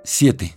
7.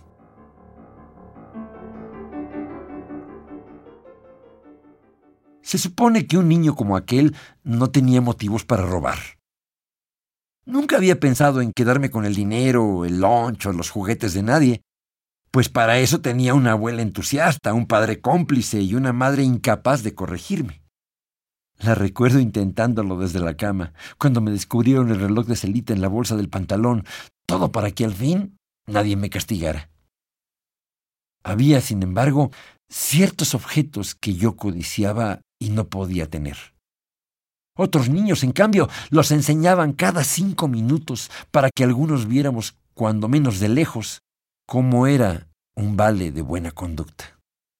Se supone que un niño como aquel no tenía motivos para robar. Nunca había pensado en quedarme con el dinero, el lunch o los juguetes de nadie, pues para eso tenía una abuela entusiasta, un padre cómplice y una madre incapaz de corregirme. La recuerdo intentándolo desde la cama, cuando me descubrieron el reloj de Celita en la bolsa del pantalón, todo para que al fin nadie me castigara. Había, sin embargo, ciertos objetos que yo codiciaba y no podía tener. Otros niños, en cambio, los enseñaban cada 5 minutos para que algunos viéramos, cuando menos de lejos, cómo era un vale de buena conducta.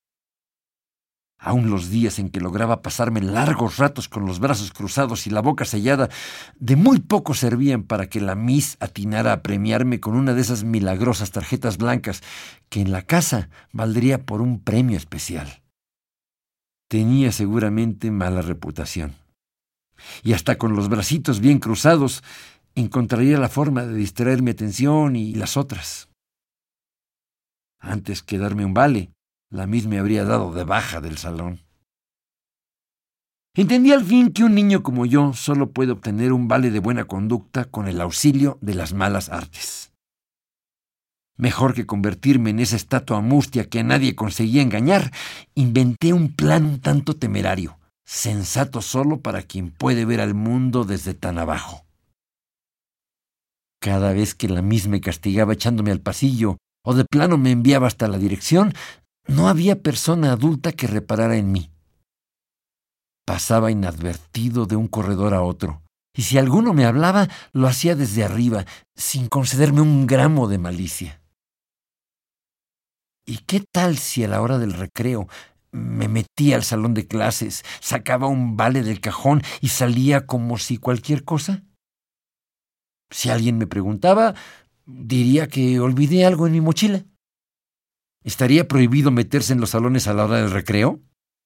Aun los días en que lograba pasarme largos ratos con los brazos cruzados y la boca sellada, de muy poco servían para que la Miss atinara a premiarme con una de esas milagrosas tarjetas blancas que en la casa valdría por un premio especial. Tenía seguramente mala reputación. Y hasta con los bracitos bien cruzados, encontraría la forma de distraer mi atención y las otras. Antes que darme un vale, la Miss me habría dado de baja del salón. Entendí al fin que un niño como yo solo puede obtener un vale de buena conducta con el auxilio de las malas artes. Mejor que convertirme en esa estatua mustia que a nadie conseguía engañar, inventé un plan un tanto temerario, sensato solo para quien puede ver al mundo desde tan abajo. Cada vez que la Miss me castigaba echándome al pasillo o de plano me enviaba hasta la dirección, no había persona adulta que reparara en mí. Pasaba inadvertido de un corredor a otro, y si alguno me hablaba, lo hacía desde arriba, sin concederme un gramo de malicia. ¿Y qué tal si a la hora del recreo me metía al salón de clases, sacaba un vale del cajón y salía como si cualquier cosa? Si alguien me preguntaba, diría que olvidé algo en mi mochila. ¿Estaría prohibido meterse en los salones a la hora del recreo?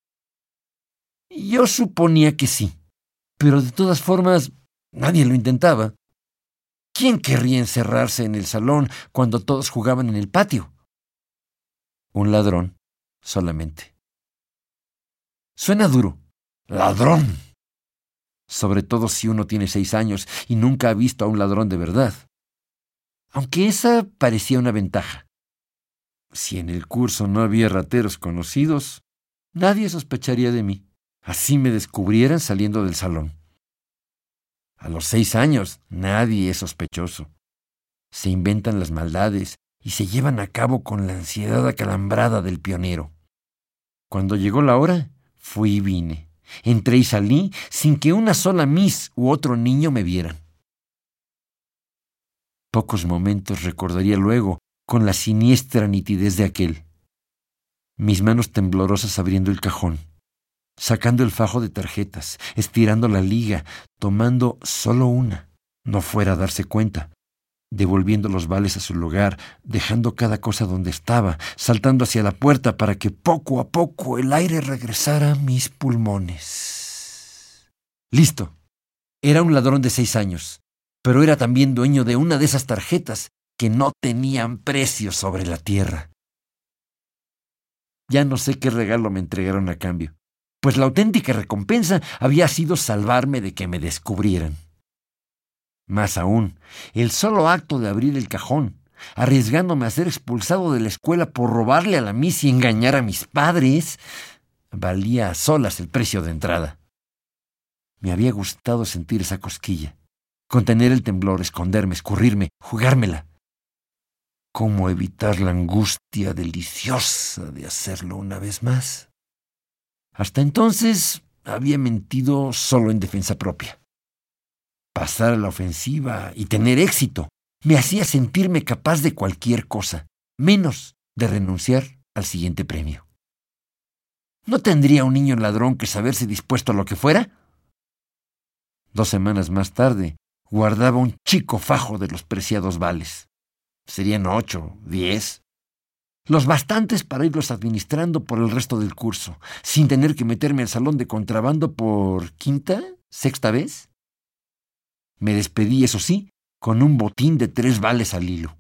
Yo suponía que sí, pero de todas formas nadie lo intentaba. ¿Quién querría encerrarse en el salón cuando todos jugaban en el patio? Un ladrón, solamente. Suena duro. ¡Ladrón! Sobre todo si uno tiene 6 años y nunca ha visto a un ladrón de verdad. Aunque esa parecía una ventaja. Si en el curso no había rateros conocidos, nadie sospecharía de mí. Así me descubrieran saliendo del salón. A los 6 años, nadie es sospechoso. Se inventan las maldades y se llevan a cabo con la ansiedad acalambrada del pionero. Cuando llegó la hora, fui y vine. Entré y salí sin que una sola Miss u otro niño me vieran. Pocos momentos recordaría luego con la siniestra nitidez de aquel. Mis manos temblorosas abriendo el cajón, sacando el fajo de tarjetas, estirando la liga, tomando solo una, no fuera a darse cuenta, devolviendo los vales a su lugar, dejando cada cosa donde estaba, saltando hacia la puerta para que poco a poco el aire regresara a mis pulmones. Listo. Era un ladrón de 6 años, pero era también dueño de una de esas tarjetas que no tenían precio sobre la tierra. Ya no sé qué regalo me entregaron a cambio, pues la auténtica recompensa había sido salvarme de que me descubrieran. Más aún, el solo acto de abrir el cajón, arriesgándome a ser expulsado de la escuela por robarle a la Miss y engañar a mis padres, valía a solas el precio de entrada. Me había gustado sentir esa cosquilla, contener el temblor, esconderme, escurrirme, jugármela. ¿Cómo evitar la angustia deliciosa de hacerlo una vez más? Hasta entonces había mentido solo en defensa propia. Pasar a la ofensiva y tener éxito me hacía sentirme capaz de cualquier cosa, menos de renunciar al siguiente premio. ¿No tendría un niño ladrón que saberse dispuesto a lo que fuera? 2 semanas más tarde, guardaba un chico fajo de los preciados vales. Serían 8, 10. Los bastantes para irlos administrando por el resto del curso, sin tener que meterme al salón de contrabando por 5ª, 6ª vez. Me despedí, eso sí, con un botín de 3 vales al hilo.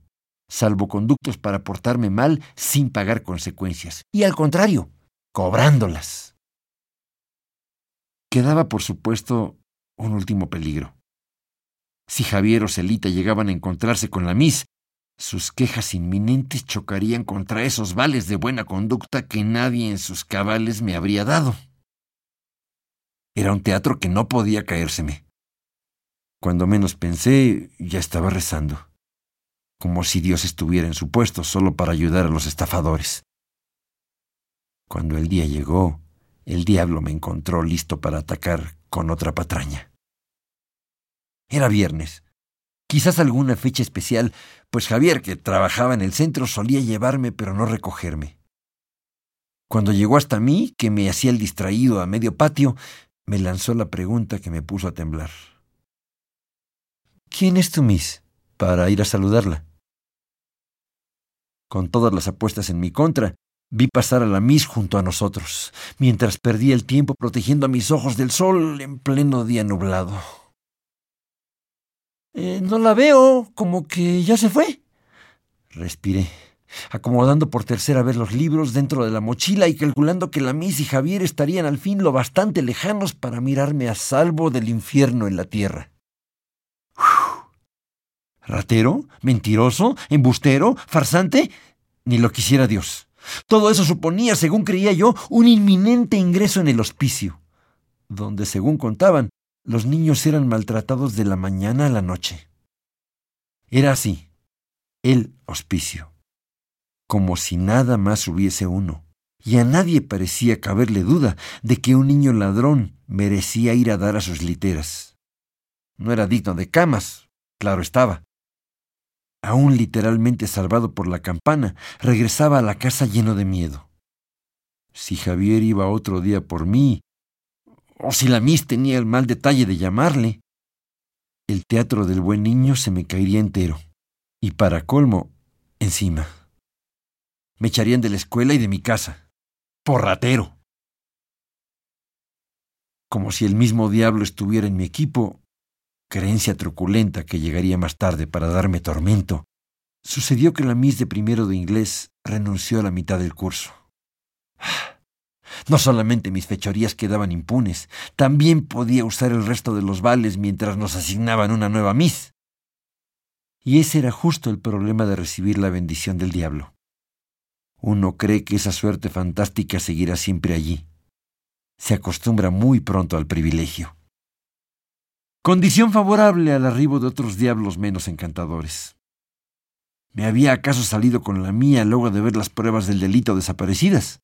salvoconductos para portarme mal sin pagar consecuencias. Y al contrario, cobrándolas. Quedaba, por supuesto, un último peligro. Si Javier o Celita llegaban a encontrarse con la Miss, sus quejas inminentes chocarían contra esos vales de buena conducta que nadie en sus cabales me habría dado. Era un teatro que no podía caérseme. Cuando menos pensé, ya estaba rezando, como si Dios estuviera en su puesto solo para ayudar a los estafadores. Cuando el día llegó, el diablo me encontró listo para atacar con otra patraña. Era viernes. Quizás alguna fecha especial, pues Javier, que trabajaba en el centro, solía llevarme pero no recogerme. Cuando llegó hasta mí, que me hacía el distraído a medio patio, me lanzó la pregunta que me puso a temblar. ¿Quién es tu Miss? Para ir a saludarla. Con todas las apuestas en mi contra, vi pasar a la Miss junto a nosotros, mientras perdía el tiempo protegiendo a mis ojos del sol en pleno día nublado. No la veo, como que ya se fue. Respiré, acomodando por tercera vez los libros dentro de la mochila y calculando que la Miss y Javier estarían al fin lo bastante lejanos para mirarme a salvo del infierno en la tierra. ¿Ratero? ¿Mentiroso? ¿Embustero? ¿Farsante? Ni lo quisiera Dios. Todo eso suponía, según creía yo, un inminente ingreso en el hospicio, donde, según contaban, los niños eran maltratados de la mañana a la noche. Era así, el hospicio, como si nada más hubiese uno, y a nadie parecía caberle duda de que un niño ladrón merecía ir a dar a sus literas. No era digno de camas, claro estaba. Aún literalmente salvado por la campana, regresaba a la casa lleno de miedo. Si Javier iba otro día por mí, o si la Miss tenía el mal detalle de llamarle, el teatro del buen niño se me caería entero. Y para colmo, encima. Me echarían de la escuela y de mi casa. Por ratero. Como si el mismo diablo estuviera en mi equipo, creencia truculenta que llegaría más tarde para darme tormento, sucedió que la Miss de primero de inglés renunció a la mitad del curso. No solamente mis fechorías quedaban impunes, también podía usar el resto de los vales mientras nos asignaban una nueva Miss. Y ese era justo el problema de recibir la bendición del diablo. Uno cree que esa suerte fantástica seguirá siempre allí. Se acostumbra muy pronto al privilegio. Condición favorable al arribo de otros diablos menos encantadores. ¿Me había acaso salido con la mía luego de ver las pruebas del delito desaparecidas?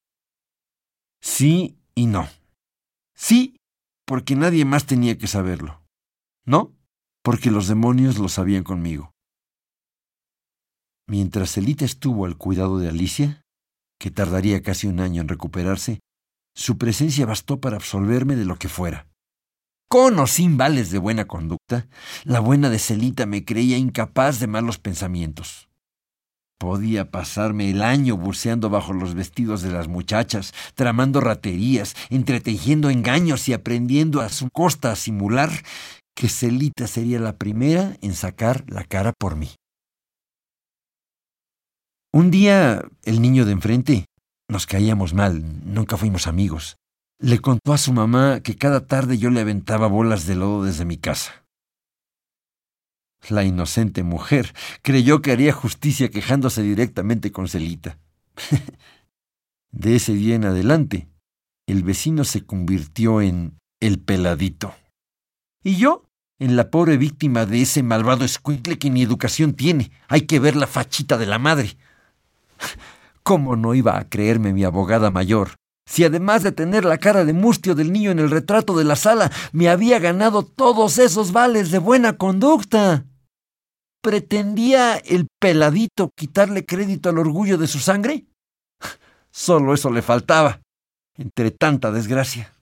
Sí y no. Sí, porque nadie más tenía que saberlo. No, porque los demonios lo sabían conmigo. Mientras Celita estuvo al cuidado de Alicia, que tardaría casi un año en recuperarse, su presencia bastó para absolverme de lo que fuera. Con o sin vales de buena conducta, la buena de Celita me creía incapaz de malos pensamientos. Podía pasarme el año buceando bajo los vestidos de las muchachas, tramando raterías, entretejiendo engaños y aprendiendo a su costa a simular que Celita sería la primera en sacar la cara por mí. Un día, el niño de enfrente, nos caíamos mal, nunca fuimos amigos, le contó a su mamá que cada tarde yo le aventaba bolas de lodo desde mi casa. La inocente mujer creyó que haría justicia quejándose directamente con Celita. De ese día en adelante, el vecino se convirtió en el peladito. Y yo, en la pobre víctima de ese malvado escuincle que ni educación tiene. Hay que ver la fachita de la madre. ¿Cómo no iba a creerme mi abogada mayor? Si además de tener la cara de mustio del niño en el retrato de la sala, me había ganado todos esos vales de buena conducta. ¿Pretendía el peladito quitarle crédito al orgullo de su sangre? Solo eso le faltaba, entre tanta desgracia.